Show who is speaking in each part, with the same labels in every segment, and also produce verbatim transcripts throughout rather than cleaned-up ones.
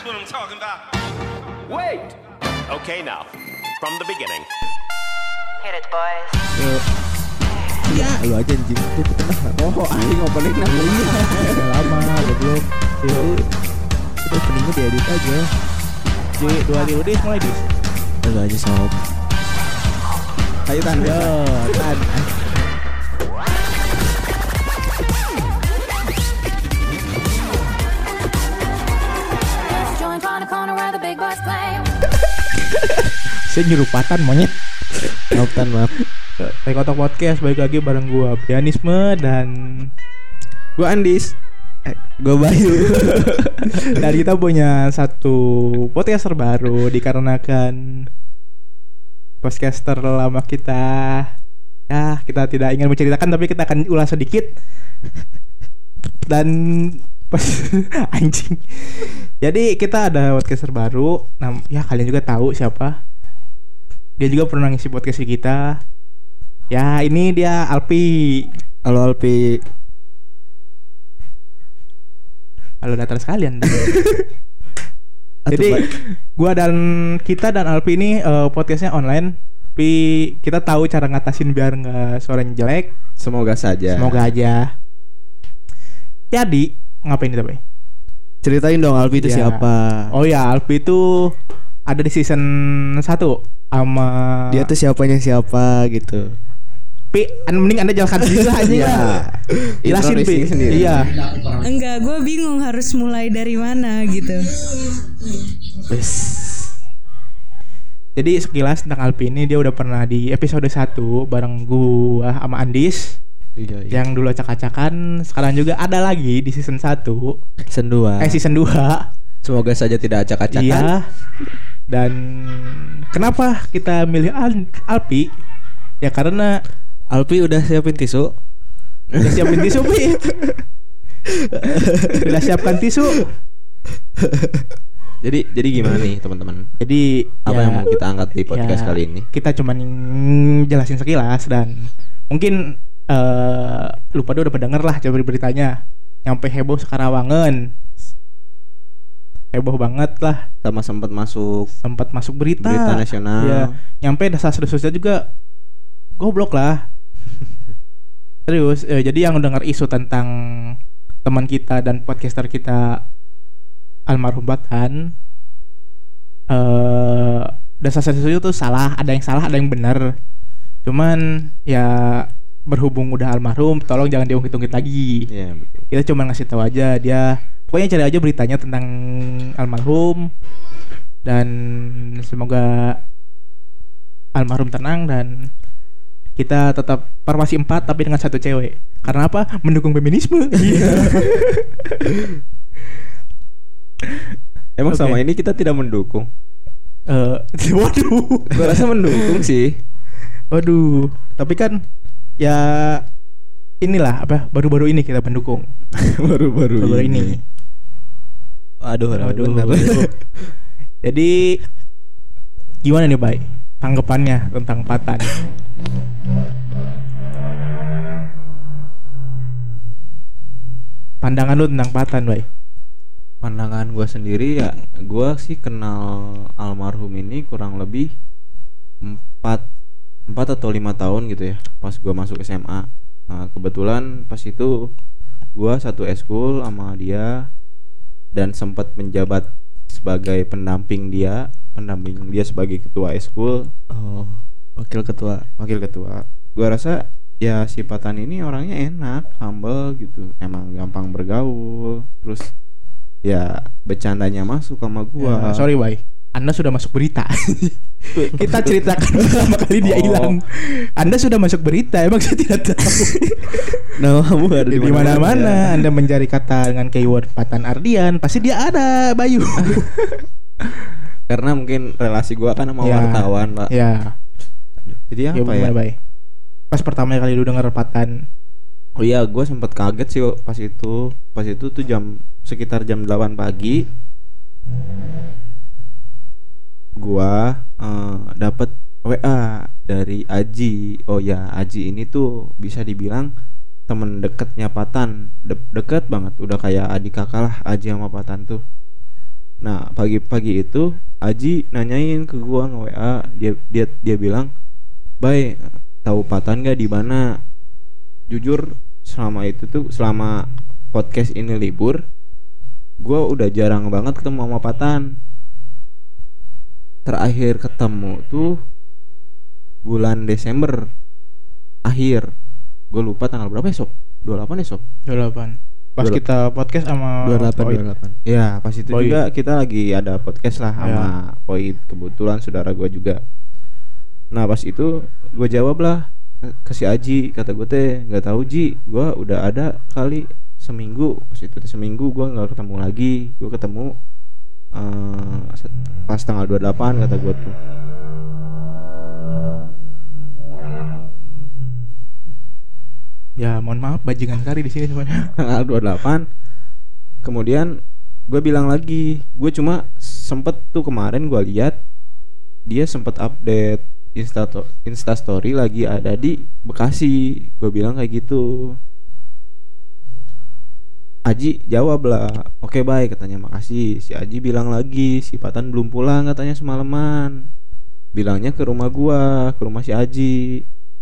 Speaker 1: what I'm talking about.
Speaker 2: Wait. Okay, now from the beginning.
Speaker 3: Hit it, boys.
Speaker 4: Ya, lu aja anjing tuh ke tengah. Oh, anjing opening nah. Iya. Udah lama, goblok. Ya udah openingnya diedit aja.
Speaker 5: J dua ribu dis mulai dis.
Speaker 4: Lu aja sob.
Speaker 5: Ayo tan.
Speaker 4: Yo, tan.
Speaker 5: Saya nyuruh patan monyet.
Speaker 4: Maaf tan, maaf.
Speaker 5: Rekotok Podcast balik lagi bareng gua Pianisme dan
Speaker 4: Gua Andis.
Speaker 5: eh, gua Bayu. Dan kita punya satu podcast terbaru dikarenakan podcaster lama kita, ya kita tidak ingin menceritakan tapi kita akan ulas sedikit. Dan pas anjing. Jadi kita ada podcaster baru. Nah, ya kalian juga tahu siapa. Dia juga pernah ngisi podcast kita. Ya, ini dia Alpi.
Speaker 4: Halo Alpi.
Speaker 5: Halo datar sekalian. Jadi gua dan kita dan Alpi ini uh, podcastnya online. Tapi kita tahu cara ngatasin biar nggak suaranya jelek.
Speaker 4: Semoga saja.
Speaker 5: Semoga aja. Jadi ngapain kita, Bay?
Speaker 4: Ceritain dong Alpi itu
Speaker 5: Ya.
Speaker 4: siapa?
Speaker 5: Oh ya, Alpi itu ada di season satu sama
Speaker 4: Dia tuh siapanya siapa gitu.
Speaker 5: Pi, an mending Anda jelaskan dulu aja ya. Jelasin Pi.
Speaker 4: sendiri.
Speaker 5: Iya.
Speaker 6: Enggak, gue bingung harus mulai dari mana gitu.
Speaker 5: Jadi sekilas tentang Alpi ini, dia udah pernah di episode satu bareng gua sama Andis.
Speaker 4: Iya, iya.
Speaker 5: Yang dulu acak-acakan, sekarang juga ada lagi di season satu.
Speaker 4: Season dua.
Speaker 5: Eh season dua.
Speaker 4: Semoga saja tidak acak-acakan.
Speaker 5: Iya. Dan kenapa kita milih Al- Alpi? Ya karena
Speaker 4: Alpi udah siapin tisu.
Speaker 5: udah siapin tisu, Pi. Udah siapkan tisu.
Speaker 4: Jadi jadi gimana nih teman-teman?
Speaker 5: Jadi
Speaker 4: Apa
Speaker 5: ya,
Speaker 4: yang mau kita angkat di podcast
Speaker 5: ya,
Speaker 4: kali ini?
Speaker 5: Kita cuman jelasin sekilas dan mungkin uh, lupa udah pada denger lah coba beritanya. Nyampe heboh sekarawangan. Heboh banget lah.
Speaker 4: Sama sempat masuk
Speaker 5: Sempat masuk berita.
Speaker 4: berita nasional.
Speaker 5: Ya, nyampe dasar-dasarnya juga goblok lah. Serius, eh, jadi yang dengar isu tentang teman kita dan podcaster kita almarhum Batan, eh dasar-dasarnya itu salah, ada yang salah, ada yang benar. Cuman ya berhubung udah almarhum, tolong jangan diungkit-ungkit lagi.
Speaker 4: Iya, betul.
Speaker 5: Kita cuma ngasih tahu aja dia. Pokoknya cari aja beritanya tentang almarhum. Dan semoga almarhum tenang dan kita tetap farmasi empat tapi dengan satu cewek. Karena apa? Mendukung feminisme.
Speaker 4: Emang
Speaker 5: Oke.
Speaker 4: sama ini kita tidak mendukung.
Speaker 5: Eh, waduh.
Speaker 4: Gua rasa mendukung sih.
Speaker 5: Waduh. Tapi kan ya inilah apa? Baru-baru ini kita mendukung.
Speaker 4: Baru-baru
Speaker 5: Baru-baru ini.
Speaker 4: Aduh,
Speaker 5: Waduh.
Speaker 4: benar.
Speaker 5: Jadi gimana nih, Bay? Tanggapannya tentang Patan? Pandangan lu tentang Patan, Bay?
Speaker 4: Pandangan gua sendiri ya, gua sih kenal almarhum ini kurang lebih empat empat atau lima tahun gitu ya. Pas gua masuk S M A. Nah, kebetulan pas itu gua satu eskul sama dia dan sempat menjabat sebagai pendamping dia, pendamping dia sebagai ketua eskul.
Speaker 5: Oh, wakil ketua.
Speaker 4: Wakil ketua. Gua rasa ya si Patan ini orangnya enak, humble gitu. Emang gampang bergaul. Terus ya bercandanya masuk sama gua.
Speaker 5: Ya, sorry, Bay. Anda sudah masuk berita. Kita ceritakan pertama kali dia
Speaker 4: Oh.
Speaker 5: hilang. Anda sudah masuk berita, emang saya tidak tahu.
Speaker 4: Namamu ada
Speaker 5: Di mana-mana Anda mencari kata dengan keyword Patan Ardian, pasti dia ada, Bayu.
Speaker 4: Karena mungkin relasi gua kan sama
Speaker 5: Ya.
Speaker 4: wartawan, Pak.
Speaker 5: Ya,
Speaker 4: Jadi
Speaker 5: ya
Speaker 4: apa ya?
Speaker 5: gimana, Bay? Pas pertama kali lu denger Patan.
Speaker 4: Oh iya, gua sempat kaget sih pas itu. Pas itu tuh jam sekitar jam delapan pagi. Gua uh, dapat W A dari Aji. Oh ya, Aji ini tuh bisa dibilang temen deketnya Patan. De- deket banget, udah kayak adik kakak lah Aji sama Patan tuh. Nah pagi-pagi itu Aji nanyain ke gua nge-W A, dia dia dia bilang, "Bay, tahu Patan gak di mana?" Jujur selama itu tuh, selama podcast ini libur, gua udah jarang banget ketemu sama Patan. Terakhir ketemu tuh bulan Desember akhir. Gue lupa tanggal berapa ya, Sob? dua puluh delapan ya, Sob?
Speaker 5: dua puluh delapan. Pas
Speaker 4: dua puluh-
Speaker 5: kita podcast sama
Speaker 1: dua puluh delapan
Speaker 5: Poit.
Speaker 1: dua puluh delapan.
Speaker 4: Ya pas itu
Speaker 5: Poit.
Speaker 4: juga kita lagi ada podcast lah sama Poit, kebetulan saudara gue juga. Nah pas itu gue jawab lah ke- ke si Aji, kata gue teh nggak tahu Ji, gue udah ada kali seminggu. Pas itu teh seminggu gue nggak ketemu lagi, gue ketemu eh, pas tanggal dua puluh delapan kata gue tuh.
Speaker 5: Ya mohon maaf bajingan sekali di sini semuanya.
Speaker 4: Tanggal dua puluh delapan. Kemudian gue bilang lagi, gue cuma sempet tuh kemarin gue lihat dia sempet update Insta Insta story lagi ada di Bekasi. Gue bilang kayak gitu. Aji jawab lah, oke baik katanya, makasih. Si Aji bilang lagi, si Patan belum pulang katanya semalaman. Bilangnya ke rumah gua, ke rumah si Aji.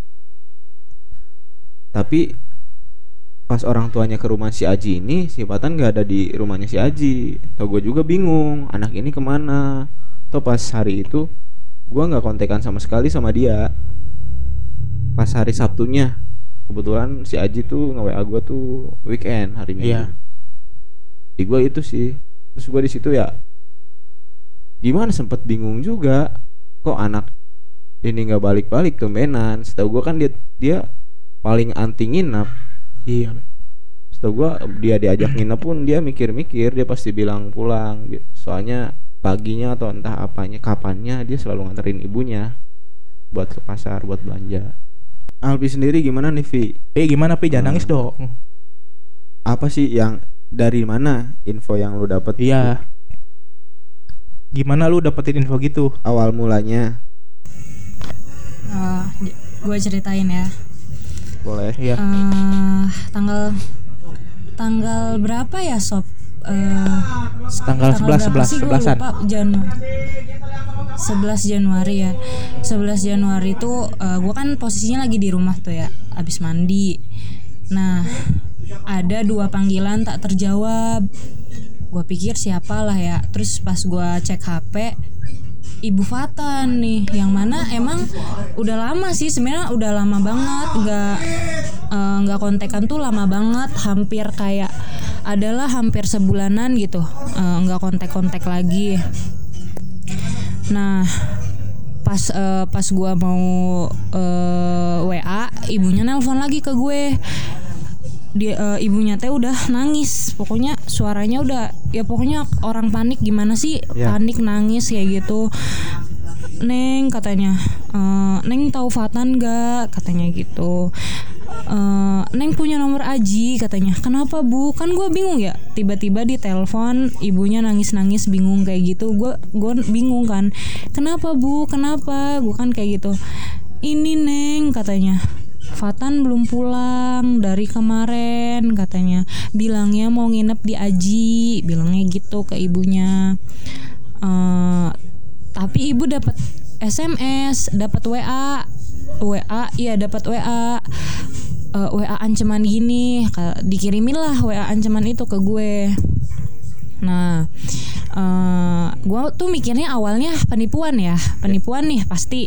Speaker 4: Tapi pas orang tuanya ke rumah si Aji ini, si Patan gak ada di rumahnya si Aji. Tau gue juga bingung, anak ini kemana. Tau pas hari itu gue gak kontekan sama sekali sama dia. Pas hari Sabtunya, kebetulan si Aji tuh nge-W A gue tuh weekend hari Minggu.
Speaker 5: Iya.
Speaker 4: Di gue itu sih. Terus gue di situ ya gimana, sempet bingung juga. Kok anak ini gak balik-balik tumbenan. Setahu gue kan dia dia paling anti nginep.
Speaker 5: Iya.
Speaker 4: Setahu gua dia diajak nginep pun dia mikir-mikir, dia pasti bilang pulang. Soalnya paginya atau entah apanya, kapannya dia selalu nganterin ibunya buat ke pasar, buat belanja. Alpi sendiri gimana nih, Vi?
Speaker 5: Eh gimana Pi, jangan
Speaker 4: Hmm.
Speaker 5: nangis dong.
Speaker 4: Apa sih yang dari mana info yang lu dapet?
Speaker 5: Iya. Gimana lu dapetin info gitu?
Speaker 4: Awal mulanya.
Speaker 6: Uh, gue ceritain ya.
Speaker 4: Boleh.
Speaker 5: Iya.
Speaker 6: Eh, tanggal tanggal berapa ya sob? Eh,
Speaker 5: Tanggal sebelas
Speaker 6: berapa
Speaker 5: sebelas
Speaker 6: sih? Gua
Speaker 5: sebelasan.
Speaker 6: lupa. Januari. sebelas Januari ya. sebelas Januari itu uh, gue kan posisinya lagi di rumah tuh ya, abis mandi. Nah, ada dua panggilan tak terjawab. Gue pikir siapalah ya. Terus pas gue cek H P, Ibu Fatan nih, yang mana emang udah lama sih, sebenarnya udah lama banget nggak eh, nggak kontekan tuh, lama banget, hampir kayak adalah hampir sebulanan gitu eh, nggak kontek-kontek lagi. Nah pas eh, pas gue mau eh, W A, ibunya nelpon lagi ke gue. Dia uh, ibunya teh udah nangis, pokoknya suaranya udah ya pokoknya orang panik gimana sih,
Speaker 4: Ya.
Speaker 6: panik nangis kayak gitu. Neng katanya, e, Neng tahu Fatan gak, katanya gitu. E, Neng punya nomor Aji katanya. Kenapa bu? Kan gue bingung ya, tiba-tiba di telepon ibunya nangis-nangis bingung kayak gitu. Gue gue bingung kan, kenapa bu? Kenapa? Gue kan kayak gitu. Ini Neng katanya, Fatan belum pulang dari kemarin katanya. Bilangnya mau nginep di Aji, bilangnya gitu ke ibunya. Uh, tapi ibu dapat S M S, dapat W A, W A, iya dapat W A, uh, W A ancaman gini, dikirimin lah W A ancaman itu ke gue. Nah, uh, gue tuh mikirnya awalnya penipuan ya, penipuan nih pasti.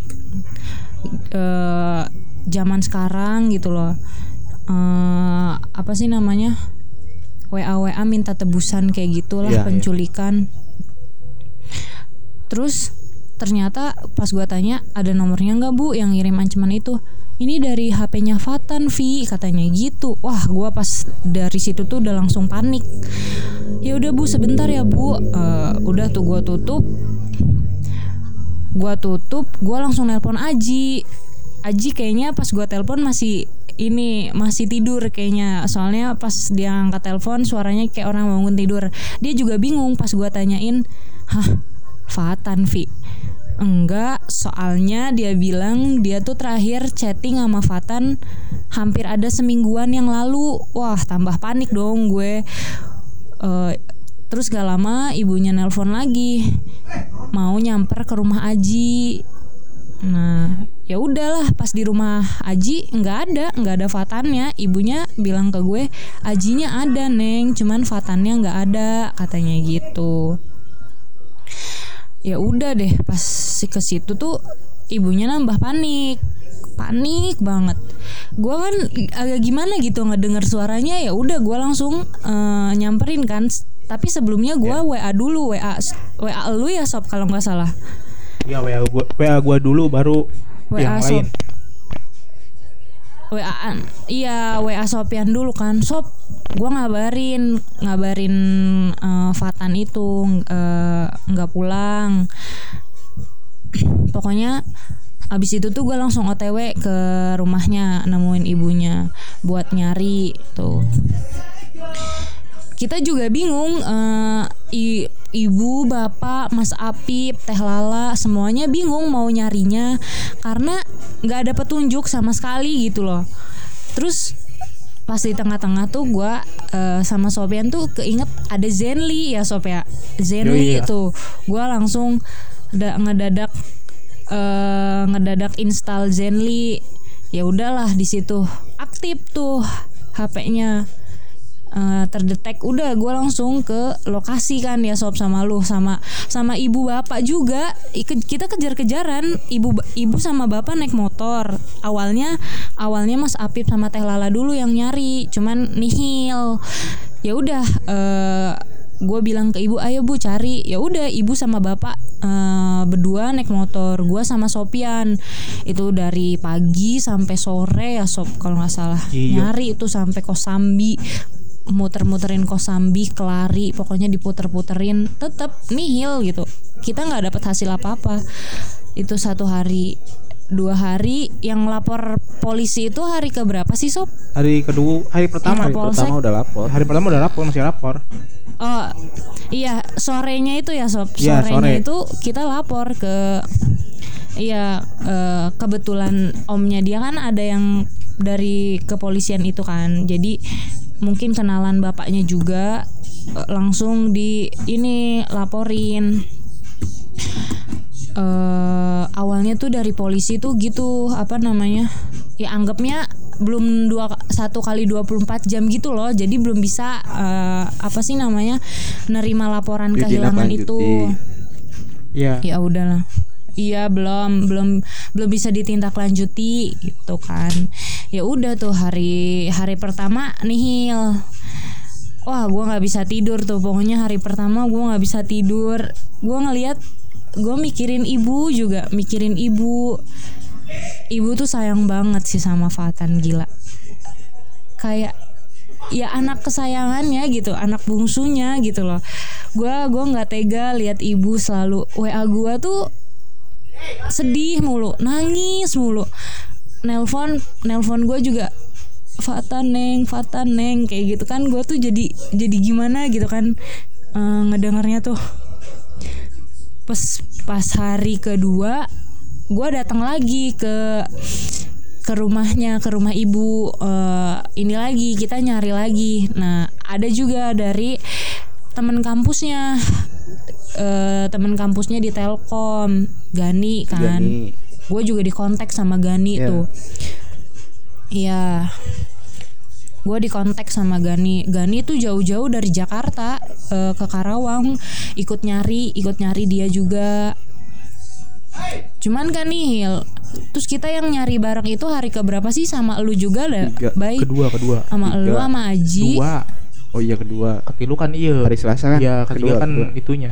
Speaker 6: Uh, zaman sekarang gitu loh, uh, apa sih namanya, W A W A minta tebusan kayak gitulah,
Speaker 4: ya,
Speaker 6: penculikan. Ya. Terus ternyata pas gue tanya ada nomornya nggak bu yang ngirim ancaman itu, ini dari H P-nya Fatan Vi katanya gitu. Wah gue pas dari situ tuh udah langsung panik. Ya udah bu sebentar ya bu, uh, udah tuh gue tutup, gue tutup, gue langsung nelpon Aji. Aji kayaknya pas gue telepon masih ini masih tidur kayaknya, soalnya pas dia angkat telepon suaranya kayak orang bangun tidur. Dia juga bingung pas gue tanyain, hah Fatan Vi? Enggak, soalnya dia bilang dia tuh terakhir chatting sama Fatan hampir ada semingguan yang lalu. Wah tambah panik dong gue. uh, Terus gak lama ibunya nelpon lagi, mau nyamper ke rumah Aji. Nah, ya udahlah, pas di rumah Aji nggak ada, nggak ada Fatannya. Ibunya bilang ke gue, Ajinya ada Neng, cuman Fatannya nggak ada, katanya gitu. Ya udah deh, pas ke situ tuh ibunya nambah panik, panik banget. Gue kan agak gimana gitu ngedenger suaranya, ya udah gue langsung uh, nyamperin kan. Tapi sebelumnya gue W A dulu, W A W A lu ya Sob kalau nggak salah.
Speaker 5: Ya W A gua, W A gua dulu baru
Speaker 6: W A
Speaker 5: yang
Speaker 6: Sob.
Speaker 5: lain.
Speaker 6: W A-an, iya W A Sopian dulu kan. Sob, gue ngabarin, ngabarin uh, Fatan itu uh, nggak pulang. Pokoknya abis itu tuh gue langsung O T W ke rumahnya, nemuin ibunya buat nyari tuh. Kita juga bingung, uh, i, ibu, bapak, Mas Apip, Teh Lala, semuanya bingung mau nyarinya karena nggak ada petunjuk sama sekali gitu loh. Terus pas di tengah-tengah tuh gue uh, sama Sopian tuh keinget ada Zenly ya Sob ya, Zenly itu, gue langsung da- ngedadak uh, ngedadak install Zenly. Ya udahlah, di situ aktif tuh H P-nya. Uh, terdetek, udah gue langsung ke lokasi kan ya Sob, sama lu sama sama ibu bapak juga. Ikut, kita kejar-kejaran, ibu ibu sama bapak naik motor. Awalnya awalnya Mas Apip sama Teh Lala dulu yang nyari, cuman nihil. Ya udah, uh, gue bilang ke ibu, ayo bu cari. Ya udah, ibu sama bapak uh, berdua naik motor, gue sama Sopian itu dari pagi sampai sore ya Sob kalau nggak salah. Iya. Nyari itu sampai Kosambi, muter-muterin Kosambi, Kelari, pokoknya diputer-puterin, tetap nihil gitu. Kita nggak dapat hasil apa-apa. Itu satu hari, dua hari. Yang lapor polisi itu hari keberapa sih Sob?
Speaker 5: Hari kedua, hari pertama.
Speaker 4: Hari pertama udah lapor.
Speaker 5: Hari pertama udah lapor, masih lapor.
Speaker 6: Oh iya, sorenya itu ya Sob.
Speaker 5: Ya,
Speaker 6: Sorenya
Speaker 5: sore.
Speaker 6: itu kita lapor ke, iya uh, kebetulan omnya dia kan ada yang dari kepolisian itu kan, jadi mungkin kenalan bapaknya juga, langsung di ini laporin. Uh, awalnya tuh dari polisi tuh gitu, apa namanya, ya anggapnya belum dua satu kali dua puluh empat jam gitu loh, jadi belum bisa uh, apa sih namanya, nerima laporan kehilangan itu.
Speaker 5: Iya.
Speaker 6: Ya udahlah. Iya, belum belum belum bisa ditindaklanjuti gitu kan. Ya udah tuh hari hari pertama nihil. Wah, gue nggak bisa tidur tuh. Pokoknya hari pertama gue nggak bisa tidur. Gue ngelihat, gue mikirin ibu juga, mikirin ibu. Ibu tuh sayang banget sih sama Fatan, gila. Kayak ya anak kesayangannya gitu, anak bungsunya gitu loh. Gue gue nggak tega lihat ibu selalu W A gue tuh sedih mulu, nangis mulu. Nelpon, nelpon gue juga, Fatan Neng, Fatan Neng, kayak gitu kan. Gue tuh jadi jadi gimana gitu kan, e, ngedengarnya tuh. Pas pas hari kedua, gue datang lagi ke ke rumahnya, ke rumah ibu. E, ini lagi kita nyari lagi. Nah, ada juga dari teman kampusnya. Uh, temen kampusnya di Telkom, Gani kan. Gue juga dikontak sama Gani yeah. tuh. Iya. Gue dikontak sama Gani. Gani tuh jauh-jauh dari Jakarta uh, ke Karawang, ikut nyari, ikut nyari dia juga. Cuman kan nihil. Terus kita yang nyari bareng itu hari keberapa sih, sama lu juga lah? Baik.
Speaker 5: Kedua, kedua.
Speaker 6: Sama lu sama Aji.
Speaker 5: Dua.
Speaker 4: Oh iya kedua.
Speaker 5: Ketilu kan iya.
Speaker 4: Hari Selasa kan?
Speaker 5: Iya, ketiga
Speaker 4: kedua,
Speaker 5: kan
Speaker 4: kedua.
Speaker 5: Itunya.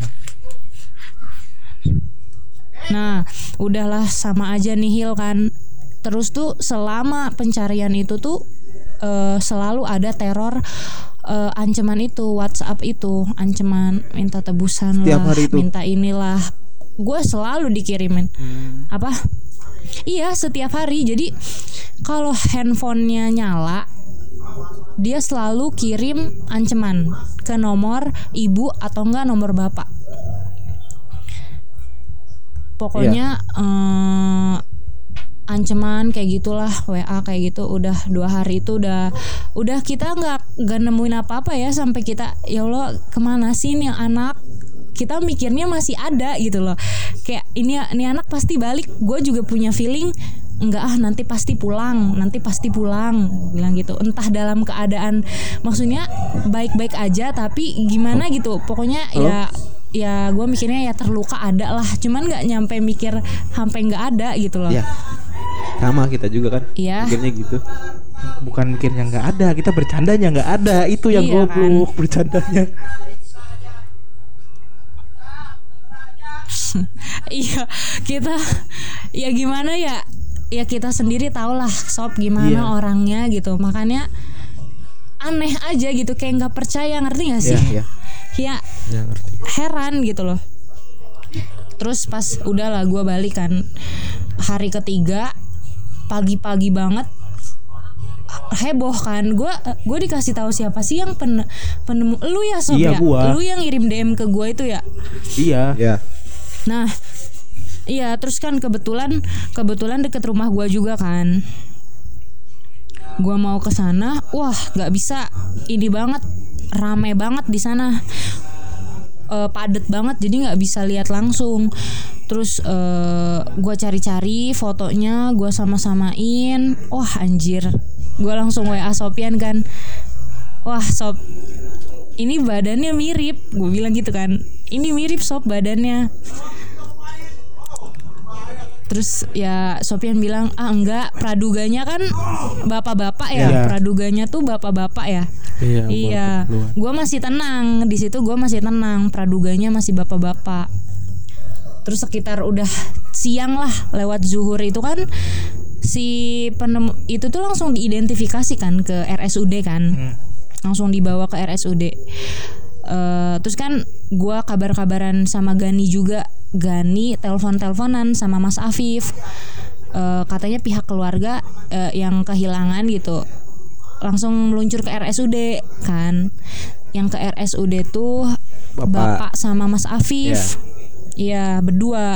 Speaker 6: Nah, udahlah sama aja nihil kan. Terus tuh selama pencarian itu tuh uh, selalu ada teror, uh, ancaman itu, WhatsApp itu, ancaman minta tebusan
Speaker 4: Setiap
Speaker 6: lah,
Speaker 4: hari itu.
Speaker 6: minta inilah. Gue selalu dikirimin.
Speaker 4: Hmm.
Speaker 6: Apa? Iya, setiap hari. Jadi kalau handphonenya nyala, dia selalu kirim ancaman ke nomor ibu atau enggak nomor bapak. Pokoknya yeah. eh, ancaman kayak gitulah, W A kayak gitu. Udah dua hari itu udah udah kita nggak nggak nemuin apa-apa ya, sampai kita ya Allah kemana sih nih anak, kita mikirnya masih ada gitu loh, kayak ini ini anak pasti balik. Gue juga punya feeling enggak ah nanti pasti pulang, nanti pasti pulang bilang gitu. Entah dalam keadaan maksudnya baik-baik aja tapi gimana gitu. Pokoknya
Speaker 4: oh.
Speaker 6: ya ya gue mikirnya ya terluka ada lah, cuman nggak nyampe mikir sampai nggak ada gitu loh.
Speaker 4: Ya. Sama kita juga kan.
Speaker 6: Iya.
Speaker 4: Mikirnya gitu.
Speaker 5: Bukan mikirnya nggak ada, kita bercandanya nggak ada. Itu yang
Speaker 6: Iya,
Speaker 5: goblok
Speaker 6: kan?
Speaker 5: Bercandanya.
Speaker 6: Iya, kita ya gimana ya? Ya kita sendiri tau lah sob gimana
Speaker 5: Iya.
Speaker 6: orangnya gitu. Makanya aneh aja gitu, kayak nggak percaya, ngerti nggak sih?
Speaker 4: Iya, iya.
Speaker 6: Ya
Speaker 4: Ya ngerti.
Speaker 6: heran gitu loh. Terus pas udahlah gue balik kan, hari ketiga pagi-pagi banget heboh kan. Gue gue dikasih tahu siapa sih yang pen, penemu lu ya sob
Speaker 5: Iya,
Speaker 6: ya?
Speaker 5: gua.
Speaker 6: Lu yang ngirim D M ke gue itu ya?
Speaker 5: Iya.
Speaker 4: Ya.
Speaker 6: Nah, iya terus kan kebetulan kebetulan deket rumah gue juga kan. Gue mau ke sana, wah nggak bisa, ini banget, rame banget di sana, e, padet banget, jadi nggak bisa lihat langsung. Terus e, gue cari-cari fotonya, gue sama-samain, wah anjir, gue langsung W A Sopian kan, wah sob, ini badannya mirip, gue bilang gitu kan, ini mirip sob badannya. Terus ya Sopian bilang ah enggak, praduganya kan bapak-bapak ya,
Speaker 5: Iya.
Speaker 6: praduganya tuh bapak-bapak ya.
Speaker 4: Iya.
Speaker 6: Iya, gue masih tenang di situ, gue masih tenang, praduganya masih bapak-bapak. Terus sekitar udah siang lah, lewat zuhur itu kan si penemu itu tuh langsung diidentifikasi kan ke R S U D kan,
Speaker 5: Hmm.
Speaker 6: langsung dibawa ke R S U D. Uh, terus kan gue kabar-kabaran sama Gani juga. Gani telepon-teleponan sama Mas Afif, uh, katanya pihak keluarga uh, yang kehilangan gitu langsung meluncur ke R S U D kan. Yang ke R S U D tuh
Speaker 4: Bapak,
Speaker 6: Bapak sama Mas Afif. Iya, berdua.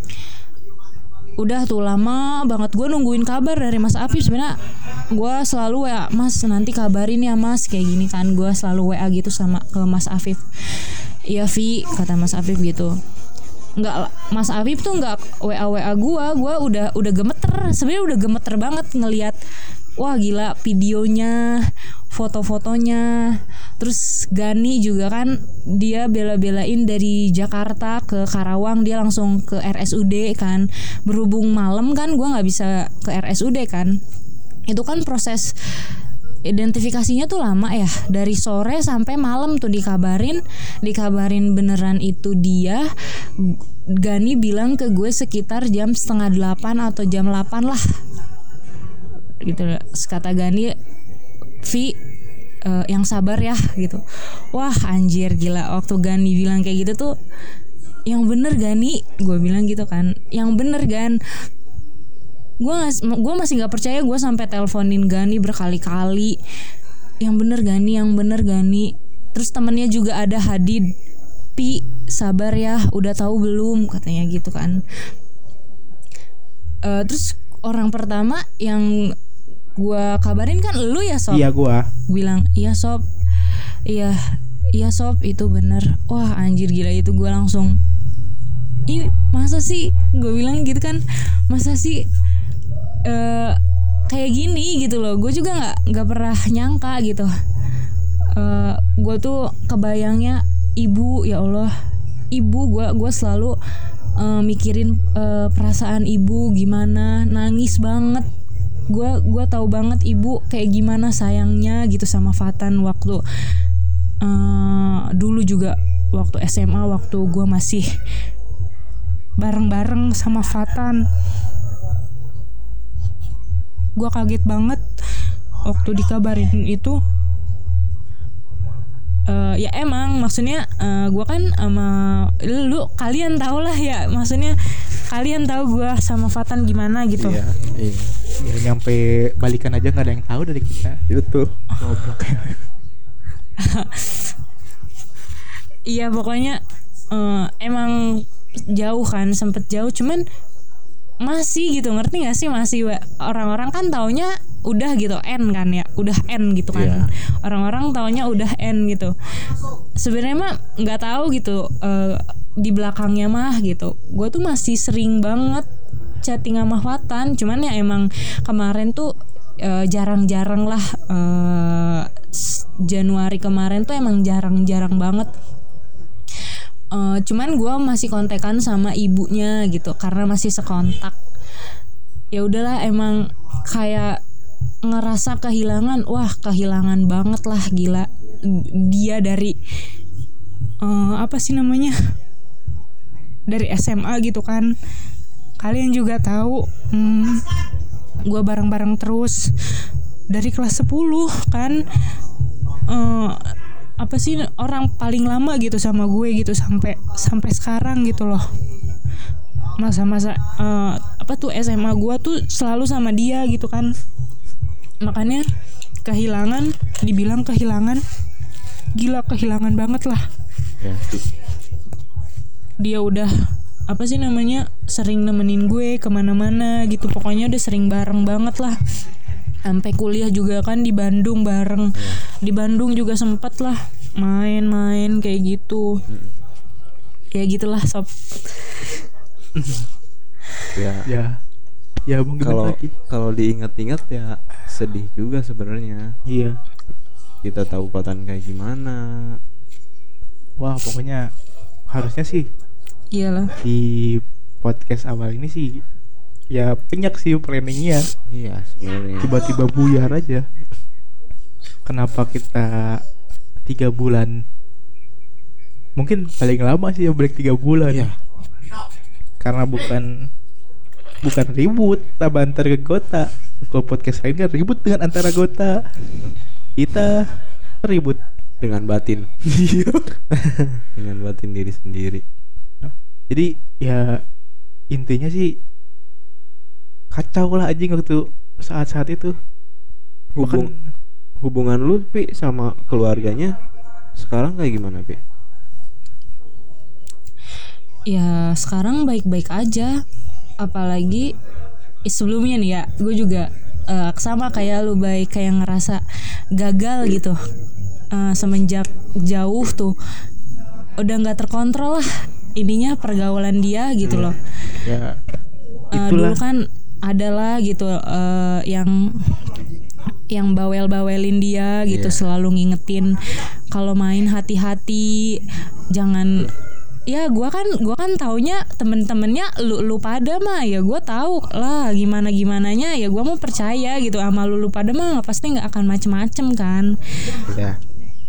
Speaker 6: Udah tuh lama banget gue nungguin kabar dari Mas Afif. Sebenarnya gue selalu W A, Mas nanti kabarin ya Mas, kayak gini kan. Gue selalu W A gitu sama ke Mas Afif. Iya Vi, kata Mas Afif gitu. Enggak, Mas Afif tuh enggak W A W A gue. Gue udah udah gemeter. Sebenarnya udah gemeter banget ngelihat, wah gila videonya, foto-fotonya. Terus Gani juga kan, dia bela-belain dari Jakarta ke Karawang, dia langsung ke R S U D kan. Berhubung malam kan, gue nggak bisa ke R S U D kan. Itu kan proses identifikasinya tuh lama ya, dari sore sampai malam tuh dikabarin, dikabarin beneran itu dia. Gani bilang ke gue sekitar jam setengah delapan atau jam delapan lah. Gitu, kata Gani, Vi uh, yang sabar ya gitu. Wah anjir gila, waktu Gani bilang kayak gitu tuh, yang bener Gani, gue bilang gitu kan, yang bener Gan. Gue gue masih nggak percaya, gue sampai teleponin Gani berkali-kali, yang bener Gani, yang bener Gani. Terus temennya juga ada Hadid, Pi sabar ya, udah tahu belum, katanya gitu kan. Uh, terus orang pertama yang gue kabarin kan lu ya Sob.
Speaker 5: Iya gue
Speaker 6: Bilang iya Sob, iya iya Sob itu bener. Wah anjir gila, itu gue langsung, ini masa sih, gue bilang gitu kan, masa sih uh, kayak gini gitu loh. Gue juga nggak nggak pernah nyangka gitu. Uh, gue tuh kebayangnya ibu, ya Allah, ibu, gue gue selalu uh, mikirin uh, perasaan ibu gimana, nangis banget. Gue gue tahu banget ibu kayak gimana sayangnya gitu sama Fatan waktu uh, dulu juga waktu S M A, waktu gue masih bareng-bareng sama Fatan. Gue kaget banget waktu dikabarin itu. Uh, ya emang maksudnya uh, gue kan sama lu, kalian tau lah ya, maksudnya kalian tahu gue sama Fatan gimana gitu.
Speaker 4: Iya, iya.
Speaker 5: ya, nyampe balikan aja nggak ada yang tahu dari kita.
Speaker 4: Itu tuh.
Speaker 5: Goblok.
Speaker 6: Iya pokoknya uh, emang jauh kan, sempet jauh, cuman masih gitu, ngerti gak sih, masih orang-orang kan taunya udah gitu end kan ya, udah end gitu kan.
Speaker 4: Iya.
Speaker 6: Orang-orang taunya udah end gitu. Sebenarnya mah nggak tahu gitu uh, di belakangnya mah gitu. Gue tuh masih sering banget chatting sama Fatan, cuman ya emang kemarin tuh uh, jarang-jarang lah. Uh, Januari kemarin tuh emang jarang-jarang banget. Uh, cuman gue masih kontekan sama ibunya gitu karena masih sekontak. Ya udahlah, emang kayak ngerasa kehilangan, wah kehilangan banget lah, gila. Dia dari uh, apa sih namanya, dari S M A gitu kan. Kalian juga tahu, hmm, gue bareng-bareng terus dari kelas sepuluh kan. Uh, apa sih, orang paling lama gitu sama gue gitu sampai sampai sekarang gitu loh. Masa-masa uh, apa tuh S M A gue tuh selalu sama dia gitu kan. Makanya kehilangan, dibilang kehilangan, gila kehilangan banget lah.
Speaker 4: Ya.
Speaker 6: Dia udah apa sih namanya, sering nemenin gue kemana-mana gitu. Pokoknya udah sering bareng banget lah. Sampai kuliah juga kan di Bandung bareng. Di Bandung juga sempet lah main-main kayak gitu. Ya gitulah sob.
Speaker 4: Ya.
Speaker 5: Ya. Ya mungkin
Speaker 4: Kalau
Speaker 5: lagi.
Speaker 4: kalau diingat-ingat ya sedih juga sebenarnya.
Speaker 5: Iya.
Speaker 4: Kita tahu Fatan kayak gimana.
Speaker 5: Wah, pokoknya harusnya sih
Speaker 6: Iyalah.
Speaker 5: di podcast awal ini sih ya penyak sih planningnya.
Speaker 4: Iya sebenarnya.
Speaker 5: Tiba-tiba buyar aja. Kenapa kita tiga bulan? Mungkin paling lama sih ya break tiga bulan.
Speaker 4: Iya.
Speaker 5: Karena bukan bukan ribut tambah antar ke kota. Kalau podcast lain kan ribut dengan antara kota. Kita ribut
Speaker 4: Dengan batin.
Speaker 5: Iya.
Speaker 4: Dengan batin diri sendiri.
Speaker 5: Jadi ya intinya sih kacau lah anjing waktu saat-saat itu.
Speaker 4: Hubung,
Speaker 5: Bahkan
Speaker 4: hubungan lu Pi sama keluarganya sekarang kayak gimana Pi?
Speaker 6: Ya sekarang baik-baik aja. Apalagi eh, sebelumnya nih ya, gue juga uh, sama kayak lu, baik kayak ngerasa gagal gitu. Uh, semenjak jauh tuh udah nggak terkontrol lah ininya pergaulan dia gitu loh.
Speaker 5: ya
Speaker 6: Uh,
Speaker 5: itulah.
Speaker 6: dulu kan adalah gitu uh, yang yang bawel-bawelin dia gitu,
Speaker 4: Iya.
Speaker 6: selalu ngingetin kalau main hati-hati, jangan. Ya gua kan gua kan taunya temen-temennya lu lu pada mah, ya gua tahu lah gimana gimananya, ya gua mau percaya gitu sama lu lu pada mah pasti nggak akan macem-macem kan.
Speaker 4: Ya.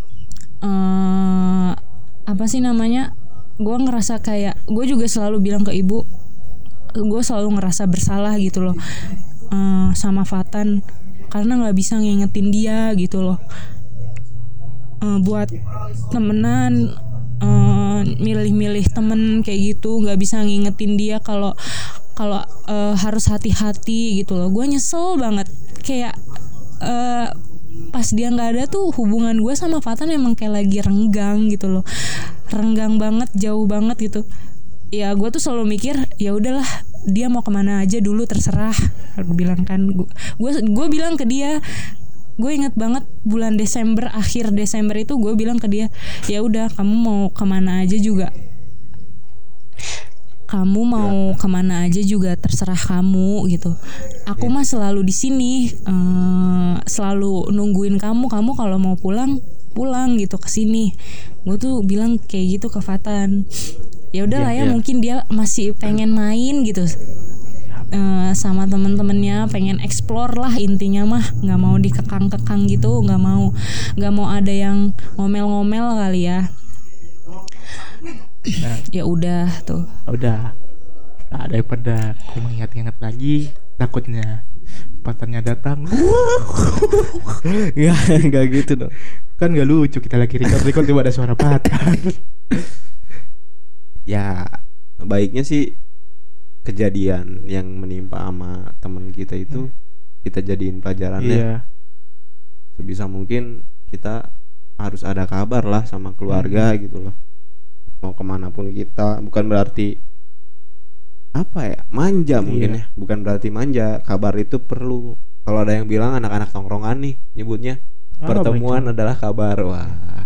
Speaker 6: Uh, apa sih namanya, gua ngerasa kayak gue juga selalu bilang ke ibu, gue selalu ngerasa bersalah gitu loh uh, sama Fatan karena nggak bisa ngingetin dia gitu loh. Uh, buat temenan, uh, milih-milih temen kayak gitu, nggak bisa ngingetin dia kalau kalau uh, harus hati-hati gitu loh. Gue nyesel banget kayak uh, pas dia nggak ada tuh hubungan gue sama Fatan emang kayak lagi renggang gitu loh, renggang banget, jauh banget gitu. Ya gue tuh selalu mikir ya udahlah, dia mau kemana aja dulu terserah, aku bilang kan. Gue gue bilang ke dia, gue inget banget bulan Desember, akhir Desember itu gue bilang ke dia, ya udah kamu mau kemana aja juga, kamu mau kemana aja juga terserah kamu gitu. Aku mah selalu di sini, uh, selalu nungguin kamu. Kamu kalau mau pulang pulang gitu ke sini. Gue tuh bilang kayak gitu ke Fatan. Ya udahlah ya,
Speaker 4: Iya, iya.
Speaker 6: mungkin dia masih pengen main gitu uh, sama temen-temennya, pengen explore lah intinya mah, nggak mau dikekang-kekang gitu, nggak mau nggak mau ada yang ngomel-ngomel kali ya.
Speaker 5: Nah,
Speaker 6: Ya udah tuh.
Speaker 5: udah. Nah, daripada aku mengingat-ingat lagi, takutnya patannya datang.
Speaker 4: Enggak, enggak gitu dong.
Speaker 5: Kan gak lucu kita lagi record-record tiba ada suara patan.
Speaker 4: Ya, baiknya sih kejadian yang menimpa sama teman kita itu kita jadiin pelajaran ya.
Speaker 5: Iya.
Speaker 4: Sebisa mungkin kita harus ada kabar lah sama keluarga gitu loh. Mau kemana pun kita, bukan berarti apa ya, manja mungkin
Speaker 5: Iya.
Speaker 4: ya, bukan berarti manja. Kabar itu perlu. Kalau ada yang bilang anak-anak tongkrongan nih nyebutnya
Speaker 5: Ah,
Speaker 4: pertemuan adalah kabar. Wah,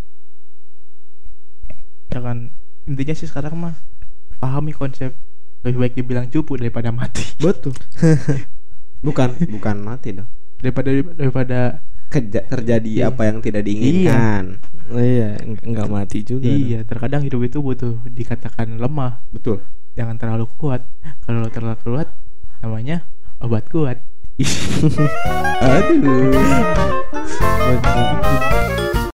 Speaker 5: Jangan, intinya sih sekarang mah pahami konsep lebih baik dibilang cupu daripada mati.
Speaker 4: betul. bukan bukan mati dong.
Speaker 5: Daripada daripada
Speaker 4: Keja- terjadi
Speaker 5: Iya.
Speaker 4: apa yang tidak diinginkan.
Speaker 1: Oh iya, eng- enggak mati juga.
Speaker 5: iya, terkadang hidup itu butuh dikatakan lemah,
Speaker 4: Betul.
Speaker 5: jangan terlalu kuat. Kalau terlalu kuat namanya obat kuat.
Speaker 4: Aduh.